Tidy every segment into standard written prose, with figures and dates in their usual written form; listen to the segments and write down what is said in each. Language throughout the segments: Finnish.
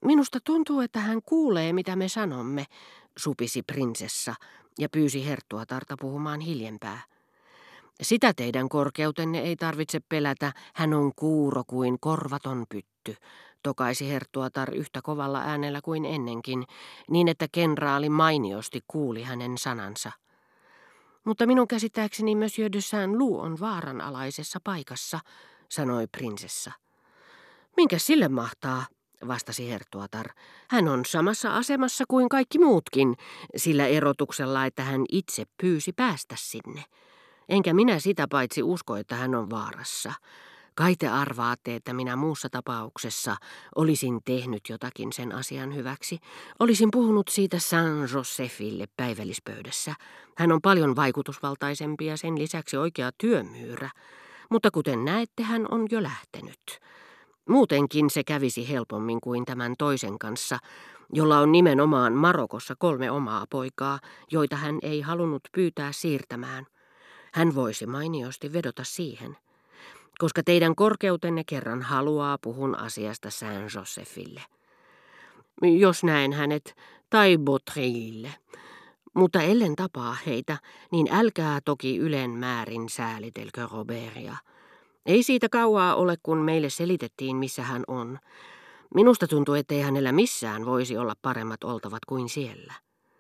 Minusta tuntuu, että hän kuulee, mitä me sanomme, supisi prinsessa ja pyysi Herttuatarta puhumaan hiljempää. Sitä teidän korkeutenne ei tarvitse pelätä, hän on kuuro kuin korvaton pytty, tokaisi Herttuatar yhtä kovalla äänellä kuin ennenkin, niin että kenraali mainiosti kuuli hänen sanansa. Mutta minun käsittääkseni Monsieur de Saint-Loup on vaaranalaisessa paikassa, sanoi prinsessa. Minkä sille mahtaa, vastasi Herttuatar. Hän on samassa asemassa kuin kaikki muutkin, sillä erotuksella, että hän itse pyysi päästä sinne. Enkä minä sitä paitsi usko, että hän on vaarassa. Kai te arvaatte, että minä muussa tapauksessa olisin tehnyt jotakin sen asian hyväksi. Olisin puhunut siitä Saint-Josephille päivällispöydässä. Hän on paljon vaikutusvaltaisempi ja sen lisäksi oikea työmyyrä. Mutta kuten näette, hän on jo lähtenyt. Muutenkin se kävisi helpommin kuin tämän toisen kanssa, jolla on nimenomaan Marokossa 3 omaa poikaa, joita hän ei halunnut pyytää siirtämään. Hän voisi mainiosti vedota siihen. Koska teidän korkeutenne kerran haluaa puhun asiasta Saint-Josephille. Jos näen hänet, tai Botreille. Mutta ellen tapaa heitä, niin älkää toki ylen määrin säälitelkö Robertia. Ei siitä kauaa ole, kun meille selitettiin, missä hän on. Minusta tuntuu, ettei hänellä missään voisi olla paremmat oltavat kuin siellä.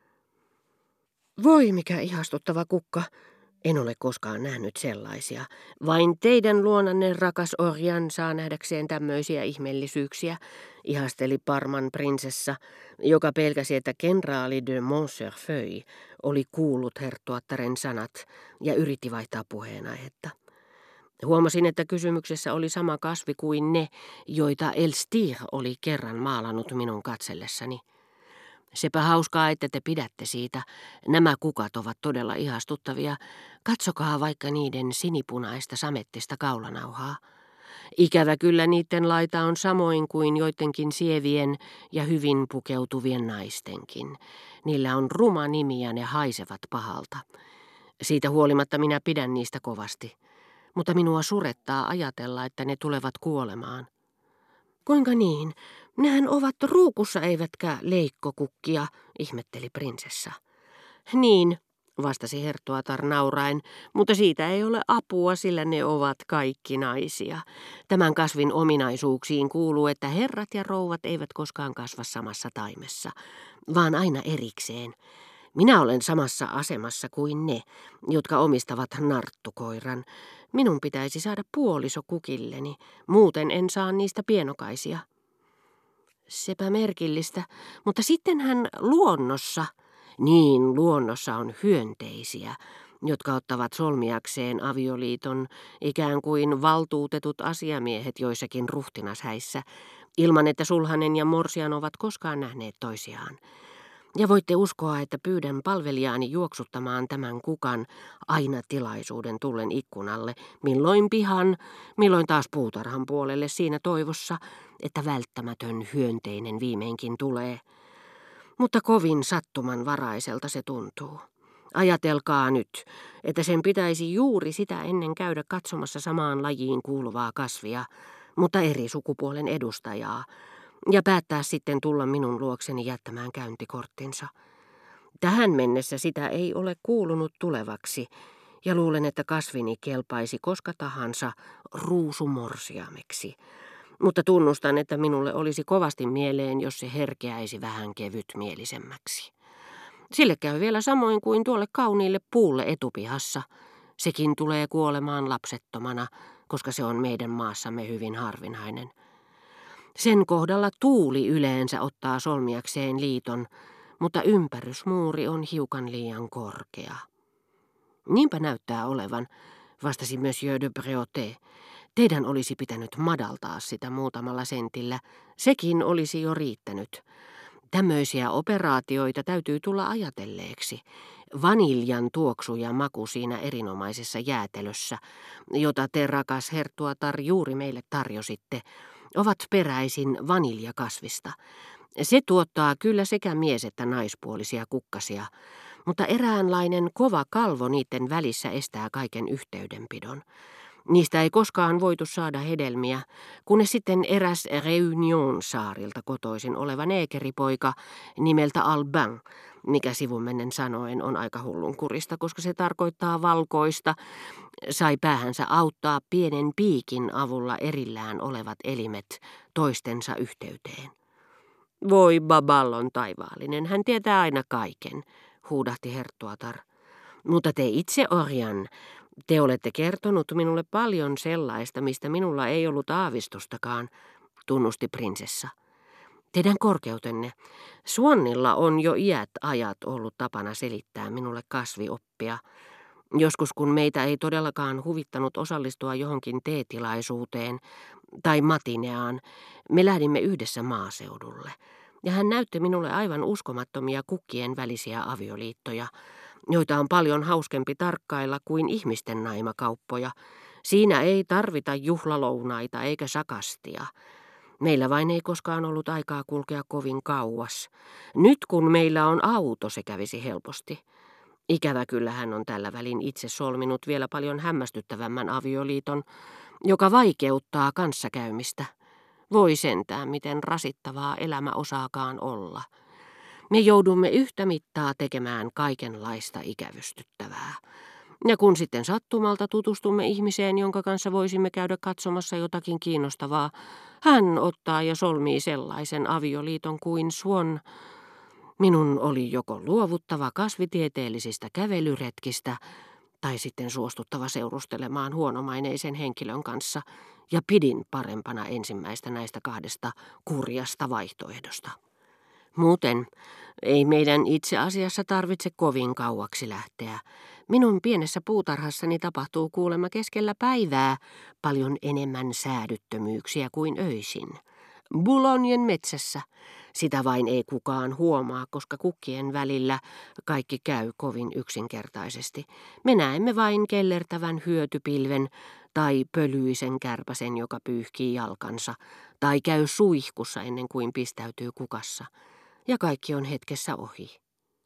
Voi mikä ihastuttava kukka. En ole koskaan nähnyt sellaisia. Vain teidän luonanne rakas Orjan saa nähdäkseen tämmöisiä ihmeellisyyksiä, ihasteli Parman prinsessa, joka pelkäsi, että kenraali de Montcerfeuil oli kuullut Herttuattaren sanat ja yritti vaihtaa puheenaihetta. Huomasin, että kysymyksessä oli sama kasvi kuin ne, joita Elstir oli kerran maalannut minun katsellessani. Sepä hauskaa, että te pidätte siitä. Nämä kukat ovat todella ihastuttavia. Katsokaa vaikka niiden sinipunaista samettista kaulanauhaa. Ikävä kyllä niiden laita on samoin kuin joidenkin sievien ja hyvin pukeutuvien naistenkin. Niillä on ruma nimi ja ne haisevat pahalta. Siitä huolimatta minä pidän niistä kovasti. Mutta minua surettaa ajatella, että ne tulevat kuolemaan. Kuinka niin? Nehän ovat ruukussa eivätkä leikkokukkia, ihmetteli prinsessa. Niin, vastasi Herttuatar nauraen, mutta siitä ei ole apua, sillä ne ovat kaikki naisia. Tämän kasvin ominaisuuksiin kuuluu, että herrat ja rouvat eivät koskaan kasva samassa taimessa, vaan aina erikseen. Minä olen samassa asemassa kuin ne, jotka omistavat narttukoiran. Minun pitäisi saada puoliso kukilleni, muuten en saa niistä pienokaisia. Sepä merkillistä, mutta sittenhän luonnossa, niin luonnossa on hyönteisiä, jotka ottavat solmiakseen avioliiton ikään kuin valtuutetut asiamiehet joissakin ruhtinashäissä, ilman että sulhanen ja morsian ovat koskaan nähneet toisiaan. Ja voitte uskoa, että pyydän palvelijaani juoksuttamaan tämän kukan aina tilaisuuden tullen ikkunalle, milloin pihan, milloin taas puutarhan puolelle siinä toivossa, että välttämätön hyönteinen viimeinkin tulee. Mutta kovin sattumanvaraiselta se tuntuu. Ajatelkaa nyt, että sen pitäisi juuri sitä ennen käydä katsomassa samaan lajiin kuuluvaa kasvia, mutta eri sukupuolen edustajaa, ja päättää sitten tulla minun luokseni jättämään käyntikorttinsa. Tähän mennessä sitä ei ole kuulunut tulevaksi, ja luulen, että kasvini kelpaisi koska tahansa ruusumorsiameksi. Mutta tunnustan, että minulle olisi kovasti mieleen, jos se herkeäisi vähän kevytmielisemmäksi. Sille käy vielä samoin kuin tuolle kauniille puulle etupihassa. Sekin tulee kuolemaan lapsettomana, koska se on meidän maassamme hyvin harvinainen. Sen kohdalla tuuli yleensä ottaa solmiakseen liiton, mutta ympärysmuuri on hiukan liian korkea. Niinpä näyttää olevan, vastasi Monsieur de Bréauté. Teidän olisi pitänyt madaltaa sitä muutamalla sentillä. Sekin olisi jo riittänyt. Tämmöisiä operaatioita täytyy tulla ajatelleeksi. Vaniljan tuoksu ja maku siinä erinomaisessa jäätelössä, jota te, rakas Herttuatar, juuri meille tarjositte, ovat peräisin vaniljakasvista. Se tuottaa kyllä sekä mies- että naispuolisia kukkasia, mutta eräänlainen kova kalvo niiden välissä estää kaiken yhteydenpidon. Niistä ei koskaan voitu saada hedelmiä, kunnes sitten eräs Réunion-saarilta kotoisin oleva neekeripoika nimeltä Albin, mikä sivumennen sanoen on aika hullunkurista, koska se tarkoittaa valkoista, sai päähänsä auttaa pienen piikin avulla erillään olevat elimet toistensa yhteyteen. Voi baballon taivaallinen, hän tietää aina kaiken, huudahti Herttuatar. Mutta te itse, Orjan, te olette kertonut minulle paljon sellaista, mistä minulla ei ollut aavistustakaan, tunnusti prinsessa. Teidän korkeutenne, Suonnilla on jo iät ajat ollut tapana selittää minulle kasvioppia. Joskus kun meitä ei todellakaan huvittanut osallistua johonkin teetilaisuuteen tai matineaan, me lähdimme yhdessä maaseudulle. Ja hän näytti minulle aivan uskomattomia kukkien välisiä avioliittoja, joita on paljon hauskempi tarkkailla kuin ihmisten naimakauppoja. Siinä ei tarvita juhlalounaita eikä sakastia. Meillä vain ei koskaan ollut aikaa kulkea kovin kauas. Nyt kun meillä on auto, se kävisi helposti. Ikävä kyllä hän on tällä välin itse solminut vielä paljon hämmästyttävämmän avioliiton, joka vaikeuttaa kanssakäymistä. Voi sentään, miten rasittavaa elämä osaakaan olla. Me joudumme yhtä mittaa tekemään kaikenlaista ikävystyttävää. Ja kun sitten sattumalta tutustumme ihmiseen, jonka kanssa voisimme käydä katsomassa jotakin kiinnostavaa, hän ottaa ja solmii sellaisen avioliiton kuin Swan. Minun oli joko luovuttava kasvitieteellisistä kävelyretkistä tai sitten suostuttava seurustelemaan huonomaineisen henkilön kanssa, ja pidin parempana ensimmäistä näistä kahdesta kurjasta vaihtoehdosta. Muuten ei meidän itse asiassa tarvitse kovin kauaksi lähteä. Minun pienessä puutarhassani tapahtuu kuulemma keskellä päivää paljon enemmän säädyttömyyksiä kuin öisin. Boulognen metsässä. Sitä vain ei kukaan huomaa, koska kukkien välillä kaikki käy kovin yksinkertaisesti. Me näemme vain kellertävän hyötypilven tai pölyisen kärpäsen, joka pyyhkii jalkansa, tai käy suihkussa ennen kuin pistäytyy kukassa. Ja kaikki on hetkessä ohi.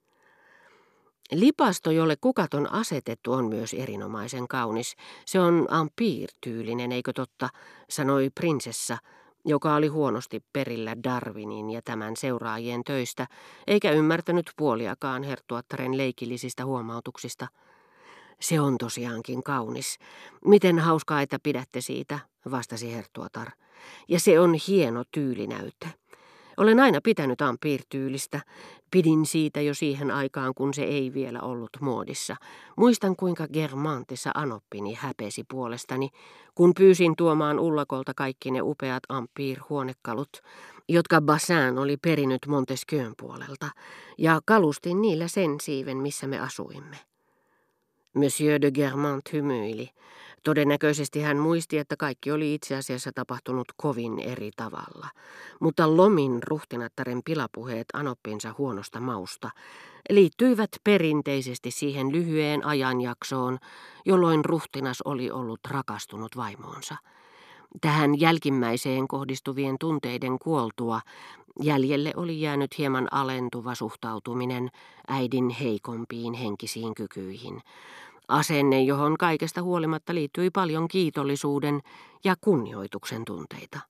Lipasto, jolle kukat on asetettu, on myös erinomaisen kaunis. Se on Empire-tyylinen, eikö totta, sanoi prinsessa, joka oli huonosti perillä Darwinin ja tämän seuraajien töistä, eikä ymmärtänyt puoliakaan Herttuattaren leikillisistä huomautuksista. Se on tosiaankin kaunis. Miten hauskaa, että pidätte siitä, vastasi Herttuatar. Ja se on hieno tyylinäyte. Olen aina pitänyt Empire-tyylistä. Pidin siitä jo siihen aikaan, kun se ei vielä ollut muodissa. Muistan, kuinka Germantissa anoppini häpesi puolestani, kun pyysin tuomaan Ullakolta kaikki ne upeat Empire-huonekalut, jotka Bassin oli perinyt Montesquieun puolelta, ja kalustin niillä sen siiven, missä me asuimme. Monsieur de Germant hymyili. Todennäköisesti hän muisti, että kaikki oli itse asiassa tapahtunut kovin eri tavalla. Mutta Lomin ruhtinattaren pilapuheet anoppinsa huonosta mausta liittyivät perinteisesti siihen lyhyeen ajanjaksoon, jolloin ruhtinas oli ollut rakastunut vaimoonsa. Tähän jälkimmäiseen kohdistuvien tunteiden kuoltua jäljelle oli jäänyt hieman alentuva suhtautuminen äidin heikompiin henkisiin kykyihin. Asenne, johon kaikesta huolimatta liittyi paljon kiitollisuuden ja kunnioituksen tunteita.